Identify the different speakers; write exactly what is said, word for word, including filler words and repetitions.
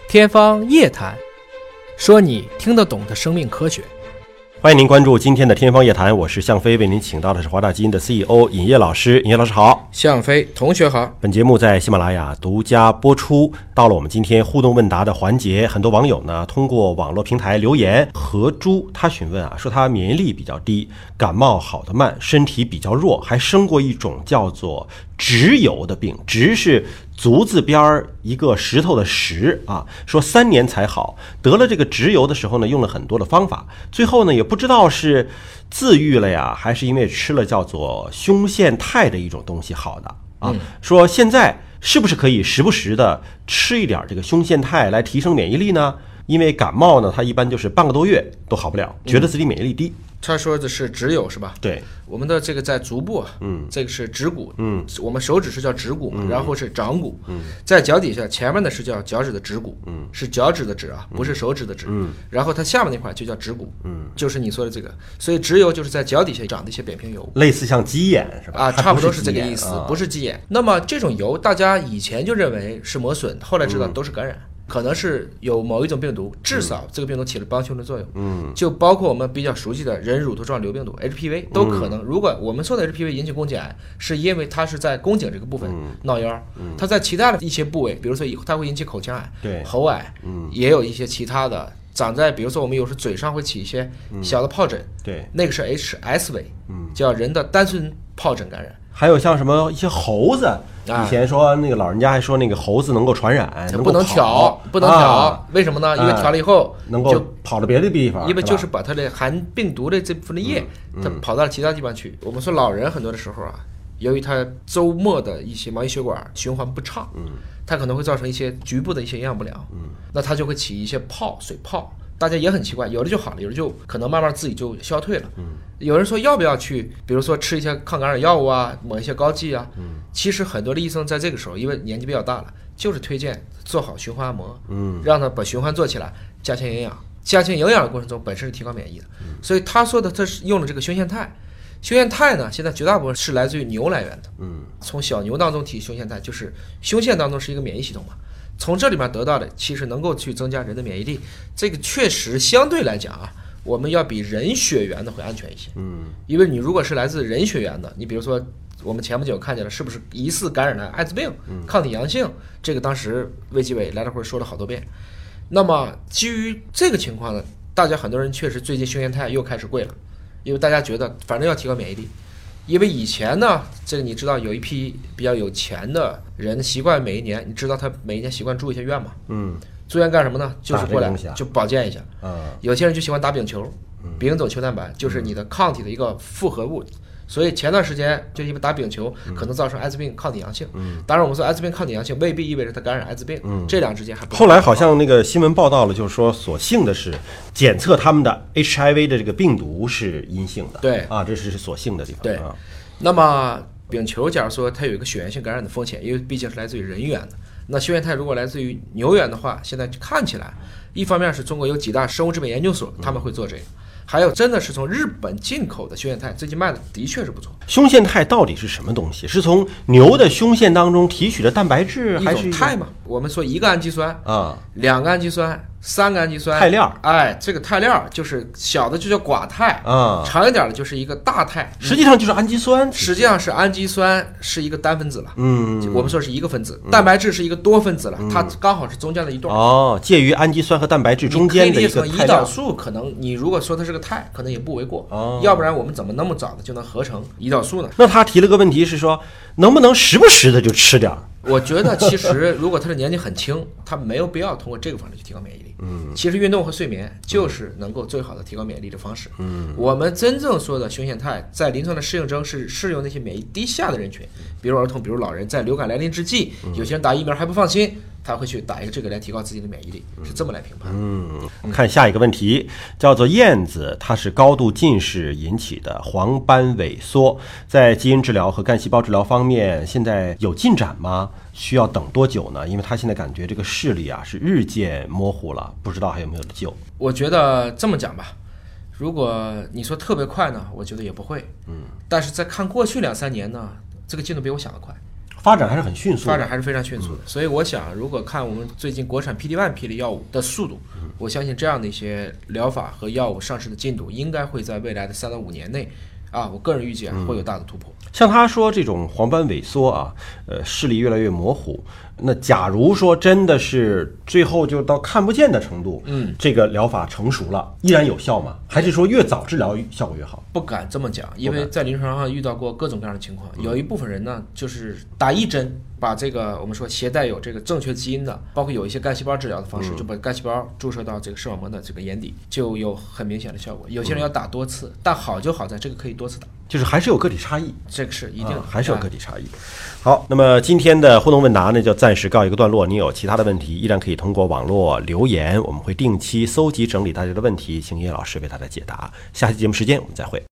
Speaker 1: 天方夜谭，说你听得懂的生命科学。
Speaker 2: 欢迎您关注今天的天方夜谭，我是向飞，为您请到的是华大基因的 C E O 尹烨老师。尹烨老师好。
Speaker 1: 向飞同学好。
Speaker 2: 本节目在喜马拉雅独家播出。到了我们今天互动问答的环节，很多网友呢通过网络平台留言。何珠他询问啊，说他免疫力比较低，感冒好得慢，身体比较弱，还生过一种叫做直疣的病，直是足字边一个石头的石啊，说三年才好。得了这个直疣的时候呢，用了很多的方法，最后呢也不知道是自愈了呀，还是因为吃了叫做胸腺肽的一种东西好的啊。嗯、说现在是不是可以时不时的吃一点这个胸腺肽来提升免疫力呢？因为感冒呢，它一般就是半个多月都好不了，觉得自己免疫力低。
Speaker 1: 他说的是直疣是吧？
Speaker 2: 对，
Speaker 1: 我们的这个在足部，嗯，这个是指骨，嗯，我们手指是叫指骨嘛，嗯、然后是掌骨，嗯，在脚底下前面的是叫脚趾的指骨，嗯，是脚趾的趾啊，不是手指的指，嗯，然后它下面那块就叫指骨，嗯，就是你说的这个，所以直疣就是在脚底下长的一些扁平疣，
Speaker 2: 类似像鸡眼是吧？
Speaker 1: 啊，差不多是这个意思，不是鸡眼。啊、那么这种疣，大家以前就认为是磨损，后来知道都是感染。嗯，可能是有某一种病毒，至少这个病毒起了帮凶的作用。嗯，就包括我们比较熟悉的人乳头状瘤病毒 H P V 都可能。如果我们说的 H P V 引起宫颈癌，是因为它是在宫颈这个部分闹烟儿，它在其他的一些部位，比如说它会引起口腔癌、对喉癌，嗯，也有一些其他的长在，比如说我们有时嘴上会起一些小的疱疹，对，那个是 H S V， 嗯，叫人的单纯疱疹感染。
Speaker 2: 还有像什么一些猴子，以前说那个老人家还说那个猴子能够传染，能
Speaker 1: 不能调，不能调，啊、为什么呢？因为调了以后
Speaker 2: 能够跑到别的地方，
Speaker 1: 因为就是把它的含病毒的这部分的液，嗯、它跑到了其他地方去。嗯、我们说老人很多的时候啊，由于他周末的一些毛细血管循环不畅，嗯，它可能会造成一些局部的一些营养不良，嗯，那它就会起一些泡水泡。大家也很奇怪，有的就好了，有的就可能慢慢自己就消退了。嗯，有人说要不要去，比如说吃一些抗感染药物啊，抹一些膏剂啊。嗯，其实很多的医生在这个时候，因为年纪比较大了，就是推荐做好循环按摩，嗯，让他把循环做起来，加强营养。加强营养的过程中，本身是提高免疫的。嗯，所以他说的，他是用了这个胸腺肽。胸腺肽呢，现在绝大部分是来自于牛来源的。嗯，从小牛当中提胸腺肽，就是胸腺当中是一个免疫系统嘛。从这里面得到的其实能够去增加人的免疫力，这个确实相对来讲啊，我们要比人血缘的会安全一些。嗯，因为你如果是来自人血缘的，你比如说我们前不久看见了，是不是疑似感染了艾滋病，抗体阳性，这个当时卫计委来了会儿说了好多遍。那么基于这个情况呢，大家很多人确实最近胸腺肽又开始贵了，因为大家觉得反正要提高免疫力。因为以前呢，这个你知道有一批比较有钱的人习惯每一年，你知道他每一年习惯住一些院吗？嗯，住院干什么呢？就是过来就保健一下。啊，有些人就喜欢打丙球，丙种球蛋白就是你的抗体的一个复合物。所以前段时间就因为打丙球可能造成艾滋病抗体阳性，嗯，当然我们说艾滋病抗体阳性未必意味着他感染艾滋病，嗯，这两之间还不。
Speaker 2: 后来好像那个新闻报道了，就是说所幸的是检测他们的 H I V 的这个病毒是阴性的，
Speaker 1: 对
Speaker 2: 啊，这是所幸的地方。
Speaker 1: 对，啊、那么丙球假如说它有一个血源性感染的风险，因为毕竟是来自于人源的，那胸腺肽如果来自于牛源的话，现在看起来一方面是中国有几大生物制品研究所他们会做这个。嗯，还有真的是从日本进口的胸腺肽，最近卖的的确是不错。
Speaker 2: 胸腺肽到底是什么东西？是从牛的胸腺当中提取的蛋白质，还是
Speaker 1: 一种肽嘛？我们说一个氨基酸啊，两个氨基酸，三个氨基酸，
Speaker 2: 肽链。
Speaker 1: 哎，这个肽链就是小的就叫寡肽啊，长一点的就是一个大肽，
Speaker 2: 实际上就是氨基酸。
Speaker 1: 实际上是氨基酸是一个单分子了，嗯，我们说是一个分子，蛋白质是一个多分子了，嗯、它刚好是中间的一段。
Speaker 2: 哦，介于氨基酸和蛋白质中间的一个肽链。
Speaker 1: 胰岛素可能你如果说它是个肽，可能也不为过，哦，要不然我们怎么那么早的就能合成胰岛素呢？
Speaker 2: 那他提了个问题是说，能不能时不时的就吃点？
Speaker 1: 我觉得其实如果他的年纪很轻，他没有必要通过这个方式去提高免疫力。嗯，其实运动和睡眠就是能够最好的提高免疫力的方式。嗯，我们真正说的胸腺肽在临床的适应症是适用那些免疫低下的人群，比如儿童，比如老人，在流感来临之际，有些人打疫苗还不放心，他会去打一个这个来提高自己的免疫力，是这么来评判。
Speaker 2: 嗯，看下一个问题，叫做燕子，它是高度近视引起的黄斑萎缩，在基因治疗和干细胞治疗方面，现在有进展吗？需要等多久呢？因为他现在感觉这个视力啊是日渐模糊了，不知道还有没有的救。
Speaker 1: 我觉得这么讲吧，如果你说特别快呢，我觉得也不会。嗯，但是在看过去两三年呢，这个进度比我想的快。
Speaker 2: 发展还是很迅速的，
Speaker 1: 发展还是非常迅速的。所以我想，如果看我们最近国产 P D 一 批的药物的速度，我相信这样的一些疗法和药物上市的进度，应该会在未来的三到五年内，啊，我个人预计啊会有大的突破。
Speaker 2: 像他说这种黄斑萎缩啊，呃，视力越来越模糊。那假如说真的是最后就到看不见的程度，嗯，这个疗法成熟了，依然有效吗？还是说越早治疗效果越好？
Speaker 1: 不敢这么讲，因为在临床上遇到过各种各样的情况。有一部分人呢，就是打一针，把这个我们说携带有这个正确基因的，包括有一些干细胞治疗的方式，就把干细胞注射到这个视网膜的这个眼底，就有很明显的效果。有些人要打多次，但好就好在这个可以多次打。
Speaker 2: 就是还是有个体差异，
Speaker 1: 这个是一定的、
Speaker 2: 啊，还是有个体差异。好，那么今天的互动问答呢，就暂时告一个段落。你有其他的问题，依然可以通过网络留言，我们会定期搜集整理大家的问题，请叶老师为大家解答。下期节目时间我们再会。